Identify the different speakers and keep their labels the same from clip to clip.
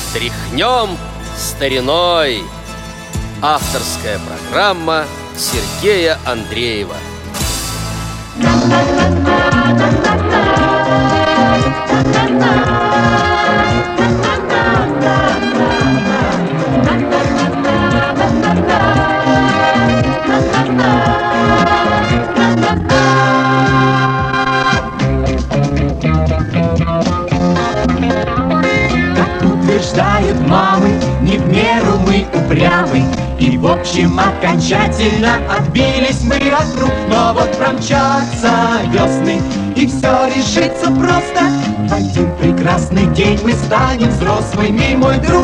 Speaker 1: Тряхнем стариной. Авторская программа Сергея Андреева.
Speaker 2: Утверждают мамы, не в меру мы упрямы, и в общем окончательно отбились мы от рук. Но вот промчатся весны, и все решится просто. В один прекрасный день мы станем взрослыми, мой друг.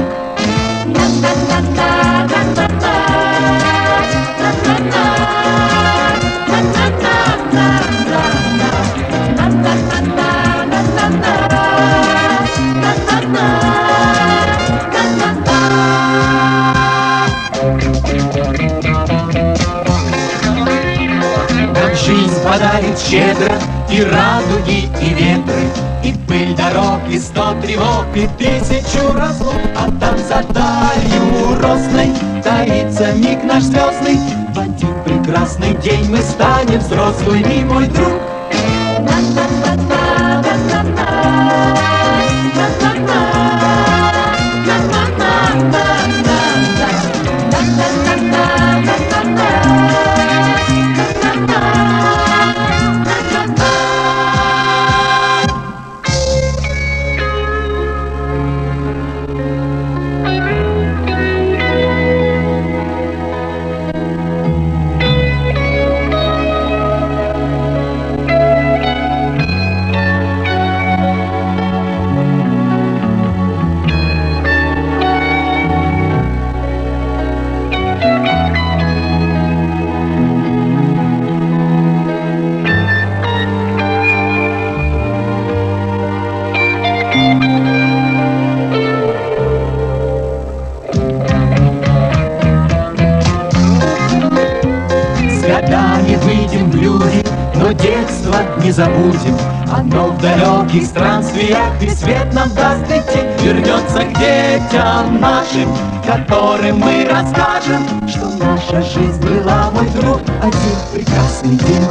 Speaker 2: Жизнь подарит щедро и радуги, и ветры, и пыль дорог, и 100 тревог, и 1000 разлук. А там за далью росной таится миг наш звездный. В один прекрасный день мы станем взрослыми, мой друг. Не забудем, оно в далеких странствиях, и свет нам даст идти. Вернется к детям нашим, которым мы расскажем, что наша жизнь была, мой друг, один прекрасный день.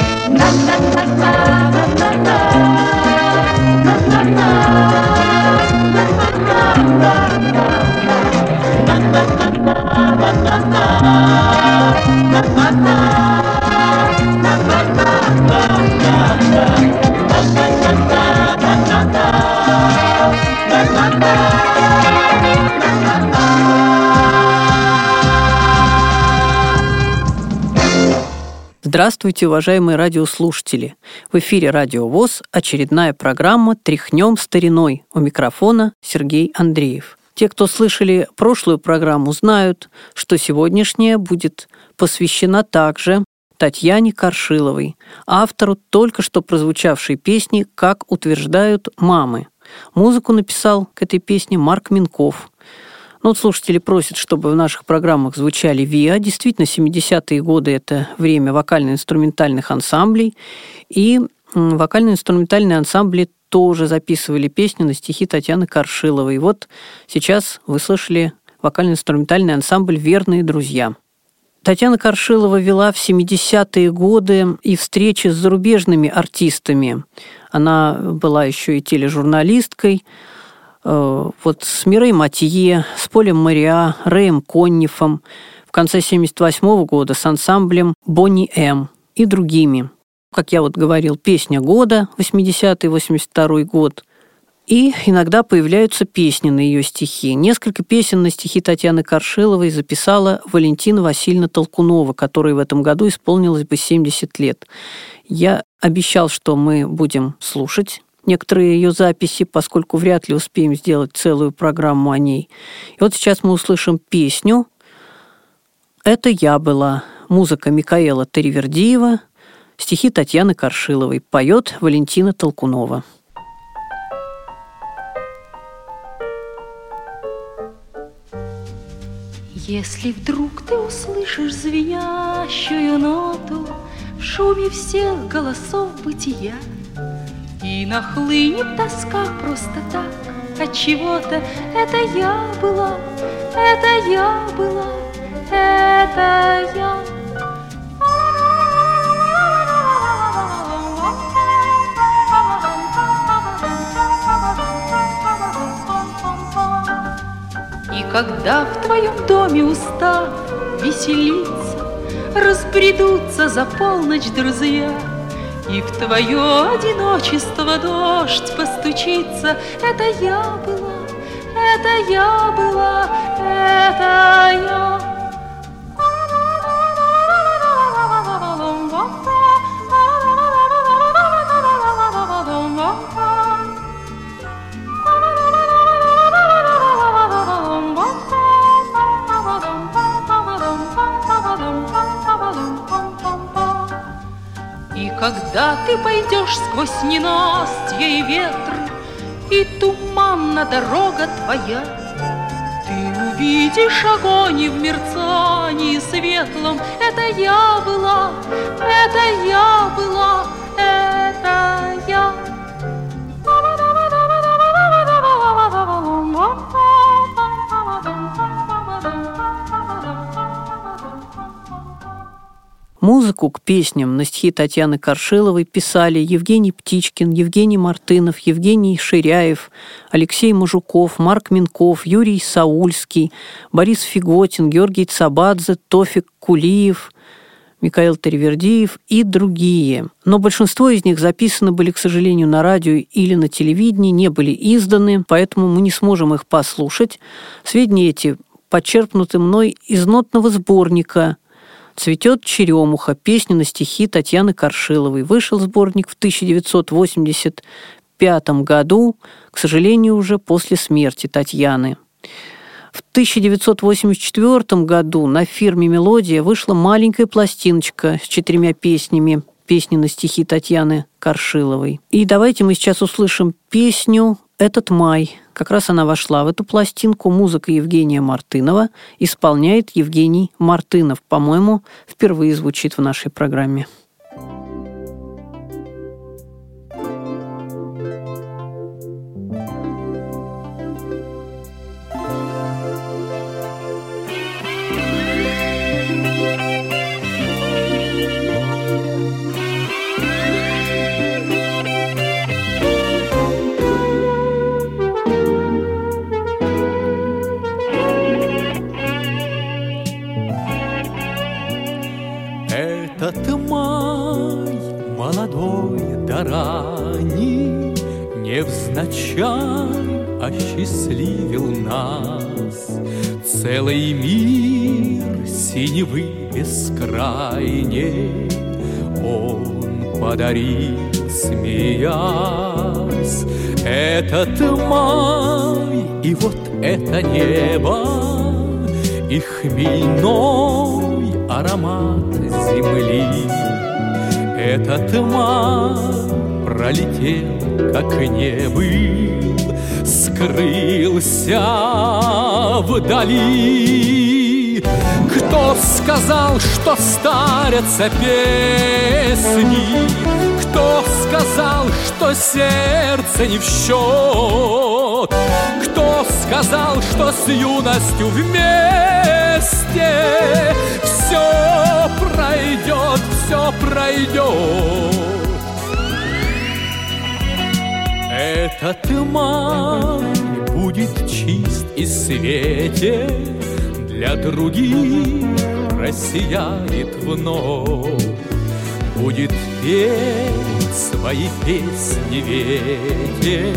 Speaker 3: Здравствуйте, уважаемые радиослушатели! В эфире Радио ВОС очередная программа «Тряхнем стариной». У микрофона Сергей Андреев. Те, кто слышали прошлую программу, знают, что сегодняшняя будет посвящена также Татьяне Коршиловой, автору только что прозвучавшей песни «Как утверждают мамы». Музыку написал к этой песне Марк Минков. Вот слушатели просят, чтобы в наших программах звучали ВИА. Действительно, 70-е годы – это время вокально-инструментальных ансамблей. И вокально-инструментальные ансамбли тоже записывали песни на стихи Татьяны Коршиловой. И вот сейчас вы слышали вокально-инструментальный ансамбль «Верные друзья». Татьяна Коршилова вела в 70-е годы и встречи с зарубежными артистами. Она была еще и тележурналисткой. Вот с Мирей Матье, с Полем Мариа, Рэем Коннифом, в конце 1978 года с ансамблем Бонни М. и другими. Как я вот говорил, песня года, 80-й, 82-й год. И иногда появляются песни на ее стихи. Несколько песен на стихи Татьяны Коршиловой записала Валентина Васильевна Толкунова, которой в этом году исполнилось бы 70 лет. Я обещал, что мы будем слушать некоторые ее записи, поскольку вряд ли успеем сделать целую программу о ней. И вот сейчас мы услышим песню «Это я была». Музыка Микаэла Таривердиева, стихи Татьяны Коршиловой. Поет Валентина Толкунова.
Speaker 4: Если вдруг ты услышишь звенящую ноту в шуме всех голосов бытия, и нахлынет тоска просто так, отчего-то это я была, это я была, это я. И когда в твоем доме устав веселиться, разбредутся за полночь друзья, и в твое одиночество дождь постучится, это я была, это я была, это я. Когда ты пойдешь сквозь ненастье и ветры, и туманна дорога твоя, ты увидишь огонь в мерцании светлом. Это я была, это я была, это я.
Speaker 3: Музыку к песням на стихи Татьяны Коршиловой писали Евгений Птичкин, Евгений Мартынов, Евгений Ширяев, Алексей Мажуков, Марк Минков, Юрий Саульский, Борис Фиготин, Георгий Цабадзе, Тофик Кулиев, Михаил Таривердиев и другие. Но большинство из них записаны были, к сожалению, на радио или на телевидении, не были изданы, поэтому мы не сможем их послушать. Сведения эти подчерпнуты мной из нотного сборника «Цветет черемуха. Песни на стихи Татьяны Коршиловой». Вышел сборник в 1985 году, к сожалению, уже после смерти Татьяны. В 1984 году на фирме «Мелодия» вышла маленькая пластиночка с 4 песнями, песни на стихи Татьяны Коршиловой. И давайте мы сейчас услышим песню «Этот май». Как раз она вошла в эту пластинку. Музыка Евгения Мартынова. Исполняет Евгений Мартынов. По-моему, впервые звучит в нашей программе.
Speaker 2: Этот май молодой да ранний невзначай осчастливил нас. Целый мир синевы бескрайней он подарил, смеясь. Этот май и вот это небо и хмельной аромат земли. Этот май пролетел, как не был, скрылся вдали. Кто сказал, что старятся песни? Кто сказал, что сердце не в счет? Кто сказал, что с юностью вместе все пройдет, все пройдет? Этот май будет чист и светен, для других просияет вновь. Будет петь свои песни ветер,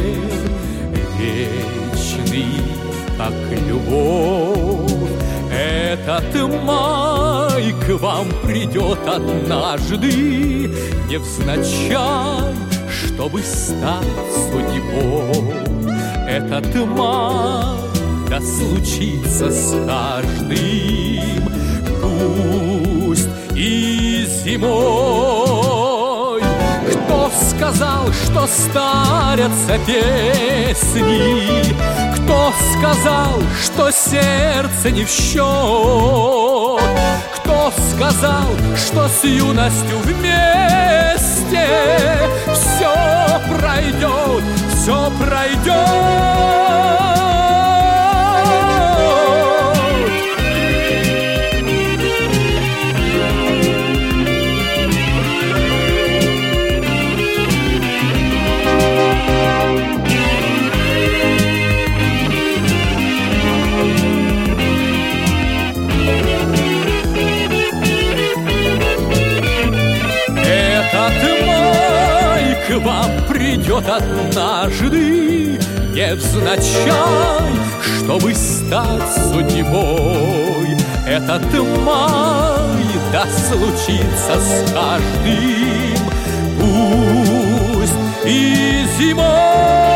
Speaker 2: вечный, как любовь. Этот май к вам придет однажды, невзначай, чтобы стать судьбой. Этот май да случится с каждым, пусть и зимой. Кто сказал, что старятся песни? Кто сказал, что сердце не в счет? Кто сказал, что с юностью вместе все пройдет,
Speaker 5: все пройдет. К вам придет однажды, невзначай, чтобы стать судьбой. Этот май да случится с каждым, пусть и зимой.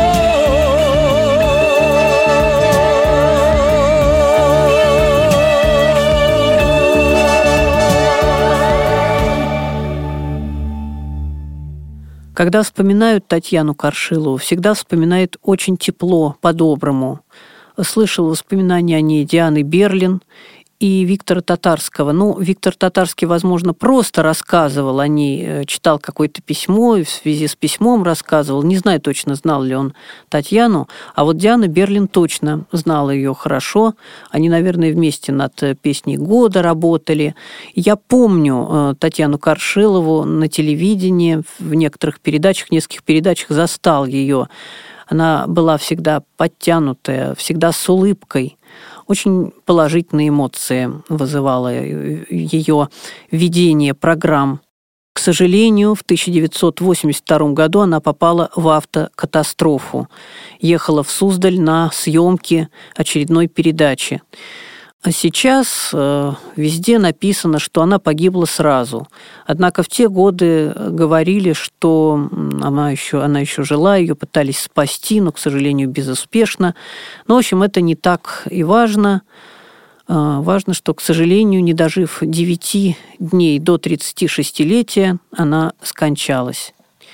Speaker 3: Когда вспоминают Татьяну Коршилову, всегда вспоминают очень тепло, по-доброму. Слышал воспоминания о ней Дианы Берлин и Виктора Татарского. Ну, Виктор Татарский, возможно, просто рассказывал о ней, читал какое-то письмо, и в связи с письмом рассказывал. Не знаю точно, знал ли он Татьяну, а вот Диана Берлин точно знала ее хорошо. Они, наверное, вместе над «Песней года» работали. Я помню Татьяну Коршилову на телевидении, в некоторых передачах, в нескольких передачах застал ее. Она была всегда подтянутая, всегда с улыбкой. Очень положительные эмоции вызывало ее ведение программ. К сожалению, в 1982 году она попала в автокатастрофу. Ехала в Суздаль на съемки очередной передачи. А сейчас везде написано, что она погибла сразу. Однако в те годы говорили, что она еще жила, ее пытались спасти, но, к сожалению, безуспешно. Но, в общем, это не так и важно. Важно, что, к сожалению, не дожив 9 дней до 36-летия, она скончалась.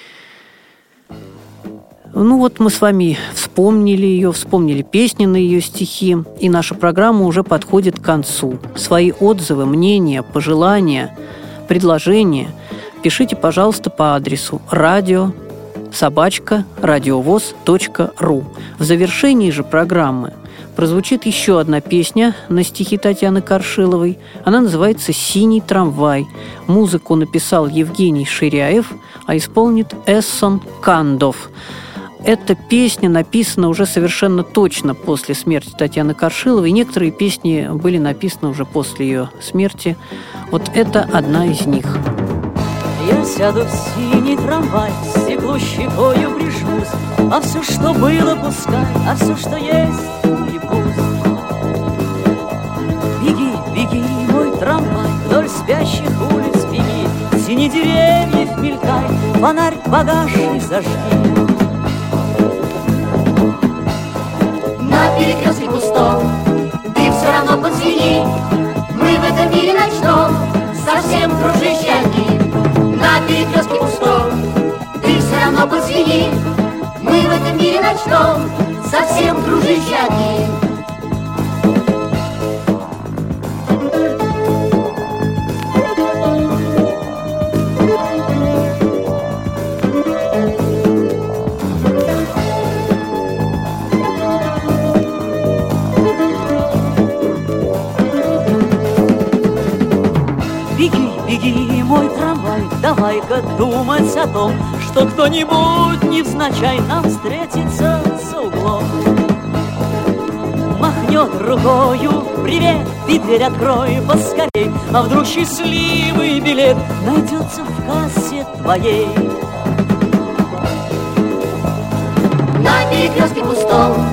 Speaker 3: Ну вот мы с вами вспомнили ее, вспомнили песни на ее стихи, и наша программа уже подходит к концу. Свои отзывы, мнения, пожелания, предложения пишите, пожалуйста, по адресу radio@radiovoz.ru. В завершении же программы прозвучит еще одна песня на стихи Татьяны Коршиловой. Она называется «Синий трамвай». Музыку написал Евгений Ширяев, а исполнит Эссон Кандов. Эта песня написана уже совершенно точно после смерти Татьяны Коршиловой. Некоторые песни были написаны уже после ее смерти. Вот это одна из них.
Speaker 6: Я сяду в синий трамвай, стеклу щекою прижмусь, а все, что было, пускай, а все, что есть, и пусть. Беги, беги, мой трамвай, вдоль спящих улиц беги, синий деревьев мелькай, фонарь багажный зажги.
Speaker 7: На перекрестке пустом ты все равно позвени, мы в этом мире ночном совсем дружище одни. На перекрестке пустом ты все равно позвени, мы в этом мире ночном совсем дружище одни.
Speaker 6: Беги, мой трамвай, давай-ка думать о том, что кто-нибудь невзначай нам встретится за углом. Махнет рукою, привет, и дверь открой поскорей, а вдруг счастливый билет найдется в кассе твоей.
Speaker 7: На перекрестке пустом